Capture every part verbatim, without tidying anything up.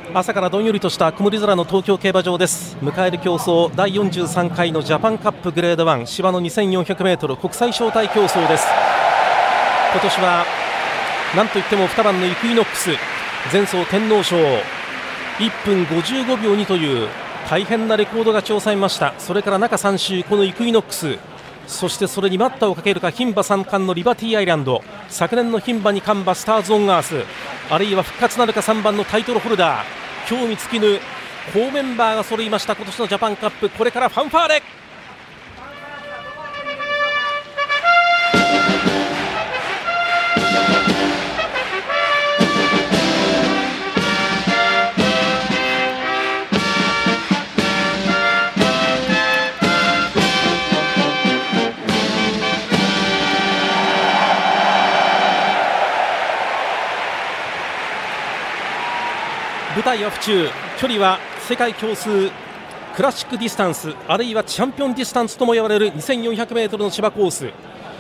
朝からどんよりとした曇り空の東京競馬場です。迎える競争だいよんじゅうさんかいのジャパンカップグレードワン芝の にせんよんひゃくメートル 国際招待競争です。今年はなんといってもにばんのイクイノックス前走天皇賞いっぷんごじゅうごびょうにという大変なレコード勝ちを収めました。それから中さん週このイクイノックス、そしてそれに待ったをかけるか牝馬三冠のリバティアイランド、昨年の牝馬に冠馬スターズオンアース、あるいは復活なるかさんばんのタイトルホルダー、興味尽きぬ好メンバーが揃いました今年のジャパンカップ。これからファンファーレ。舞台は府中、距離は世界共通クラシックディスタンス、あるいはチャンピオンディスタンスとも言われる にせんよんひゃくメートル の芝コース。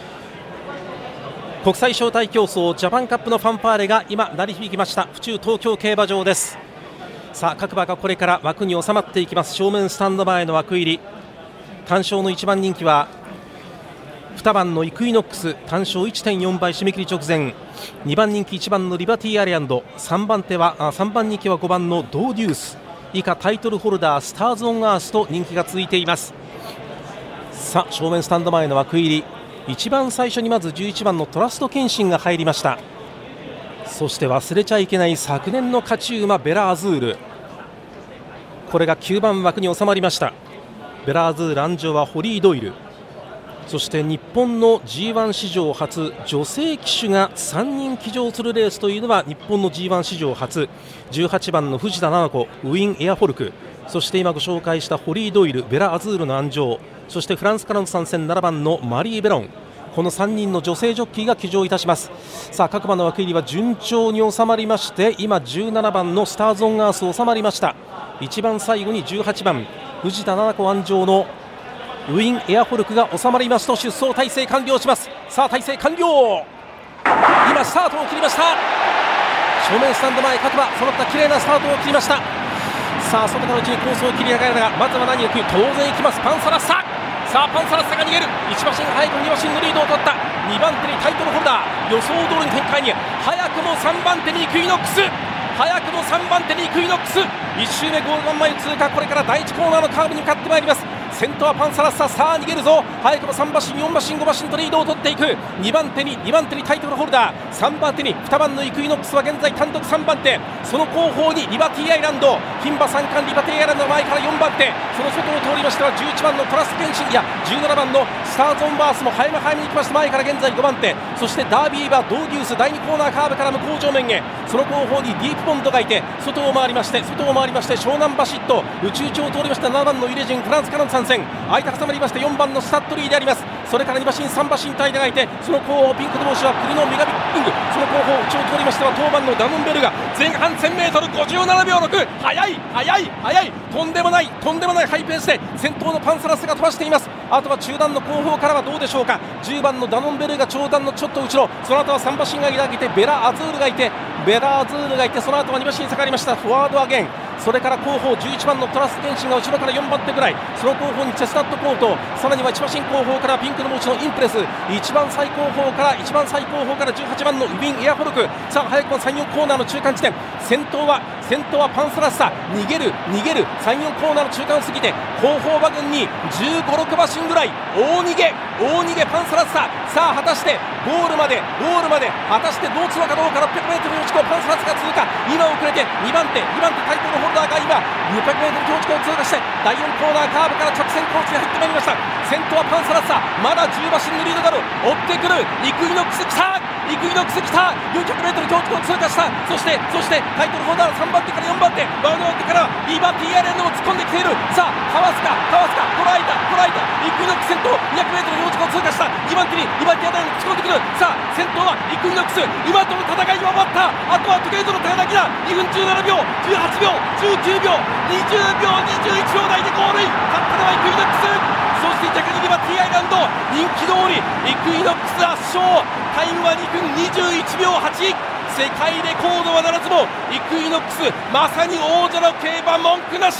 国際招待競争ジャパンカップのファンファーレが今鳴り響きました。府中東京競馬場です。さあ各馬がこれから枠に収まっていきます。正面スタンド前の枠入り、単勝のいちばん人気はにばんのイクイノックス、単勝 いってんよんばい締め切り直前、にばん人気いちばんのリバティアイランド、さんばん手はあさんばん人気はごばんのドーデュース、以下タイトルホルダースターズオンアースと人気が続いています。さあ正面スタンド前の枠入り、一番最初にまずじゅういちばんのトラスト謙信が入りました。そして忘れちゃいけない昨年の勝ち馬ベラアズール、これがきゅうばん枠に収まりました。ベラアズール安城はホリー・ドイル、そして日本の ジーワン 史上初女性騎手がさんにん騎乗するレースというのは日本の ジーワン 史上初、じゅうはちばんの藤田七子ウィン・エアフォルク、そして今ご紹介したホリー・ドイル、ベラ・アズールの安城、そしてフランスからの参戦ななばんのマリー・ベロン、このさんにんの女性ジョッキーが騎乗いたします。さあ各馬の枠入りは順調に収まりまして、今じゅうななばんのスターズオンアース収まりました。一番最後にじゅうはちばん藤田七子安城のウィン・エアフォルクが収まりますと出走体制完了します。さあ体制完了、今スタートを切りました。正面スタンド前各馬揃った綺麗なスタートを切りました。さあ外から内にコースを切り上げながら、まずは何より当然いきますパンサラッサ。さあパンサラッサが逃げる、いち馬身早くに馬身のリードを取った。にばん手にタイトルホルダー、予想通りの展開に早くもさんばん手にイクイノックス、早くもさんばん手にイクイノックス、いち周目ゴールマン前通過、これからだいいちコーナーのカーブに向かってまいります。先頭はパンサラッサ、さあ逃げるぞ、早くもさん馬身よん馬身ご馬身とリードを取っていく。にばん手ににばん手にタイトルホルダー、さんばん手ににばんのイクイノックスは現在単独さんばん手、その後方にリバティアイランド、牝馬三冠リバティアイランドの前からよんばん手、その外を通りましてはじゅういちばんのトラスト謙信やじゅうななばんのスターズオンバースも早め早めに行きまして、前から現在ごばん手、そしてダービー馬ドーデュースだいにコーナーカーブから向こう上面へ、その後方にディープボンドがいて、外を回りまして外を回りまして湘南バシット、宇宙町を通りましてななばんのイレジンフランスからの参戦、相手挟まりましてよんばんのスタッドリーであります。それからに馬身さん馬身タイでがいて、その後方ピンクの帽子は栗のメガビッピング、その後方内を通りましては当番のダノンベルが前半 せんメートルごじゅうななびょうろく、速い速い速い、とんでもないとんでもないハイペースで先頭のパンサラッサが飛ばしています。あとは中段の後方からはどうでしょうか。じゅうばんのダノンベルが長段のちょっと後ろ、その後はさん馬身がいてベラ・アズールがいてベラ・アズールがいてその後はに馬身下がりましたフォワードアゲン、それから後方じゅういちばんのトラスト謙信が後ろからよんばん手ぐらい、その後方にチェスナットコート、さらにはいち馬身後方からピンクの帽子のインプレス、一番最後方から一番最後方からじゅうはちばんのウィン・エアフォルク、さあ早くもさんよんコーナーの中間地点、先頭は先頭はパンサラッサ、逃げる逃げるさんよんコーナーの中間を過ぎて後方馬群にじゅうご、ろく馬身ぐらい大逃げ大逃げパンサラッサ。さあ果たしてゴールまでゴールまで果たしてどうつのかどうか。ろっぴゃくメートルの地区をパンサラッサが通過、今遅れてにばん手にばん手タイトルホルダーが今ろっぴゃくメートル標地区を通過してだいよんコーナーカーブから直線コースに入ってまいりました。先頭はパンサラッサ、まだじゅう馬身のリードがある、追ってくるイクイノックス来たイクイノックス来た、よんひゃくメートル標地区を通過した。そしてそしてタイトルホルダーのさんばん手からよんばん手、バウンド手からリバティアイランドも突っ込んできている。さあかわすかかわすか、捉えた捉えた、イクイノックス先頭にひゃくメートル標地区を通過した。にばん手にリバティアイランド突っ込んでくる。さあ先頭はイクイノックス、今との戦いが終わった。あとは時計との戦いだ。にふんじゅうななびょうじゅうはちびょうじゅうきゅうびょうにじゅうびょうにじゅういちびょう台でゴールイン、勝ったのはイクイノックス。そして逆にリバティアイランド、人気通りイクイノックス圧勝、タイムはにふんにじゅういちびょうはち。 世界レコードはならずもイクイノックス、まさに王者の競馬、文句なし。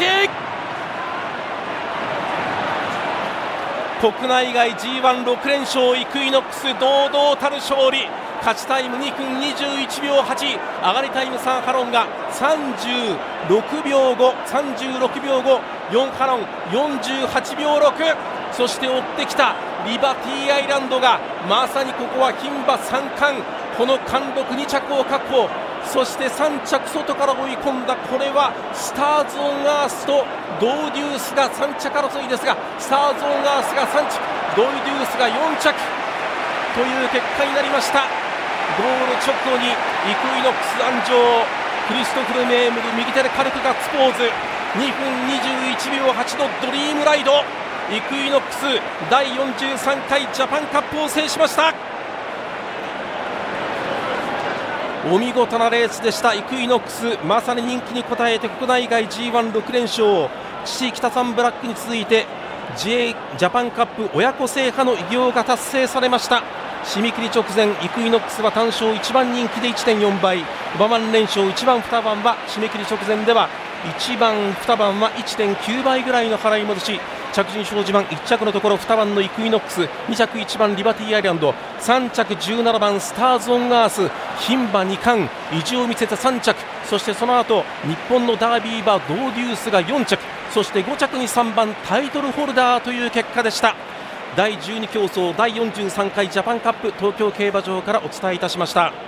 国内外 ジーワンろく 連勝、イクイノックス堂々たる勝利。勝ちタイムにふんにじゅういちびょうはち、上がりタイムさんハロンがさんじゅうろくびょうご、さんじゅうろくびょうご、よんハロンよんじゅうはちびょうろく、そして追ってきたリバティアイランドがまさにここは牝馬さん冠、この貫禄に着を確保。そしてさん着外から追い込んだ、これはスターズ・オン・アースとドウデュースがさん着争いですが、スターズ・オン・アースがさん着、ドウデュースがよん着という結果になりました。ゴール直後にイクイノックス安城、クリストフル・メームル右手で軽くガッツポーズ、にふんにじゅういちびょうはちのドリームライド。イクイノックスだいよんじゅうさんかいジャパンカップを制しました。お見事なレースでした。イクイノックス、まさに人気に応えて国内外 ジーワンろく 連勝、父北さんブラックに続いて ジェイ ジャパンカップ親子制覇の偉業が達成されました。締め切り直前、イクイノックスは単勝いちばん人気で いってんよんばい、馬番連勝いちばんにばんは締め切り直前ではいちばんにばんは いってんきゅうばいぐらいの払い戻し、着順表示板いっ着のところにばんのイクイノックス、に着いちばんリバティアイランド、さん着じゅうななばんスターズ・オン・アース、牝馬に冠、意地を見せたさん着、そしてその後日本のダービー馬ドウデュースがよん着、そしてご着にさんばんタイトルホルダーという結果でした。だいじゅうに競争だいよんじゅうさんかいジャパンカップ、東京競馬場からお伝えいたしました。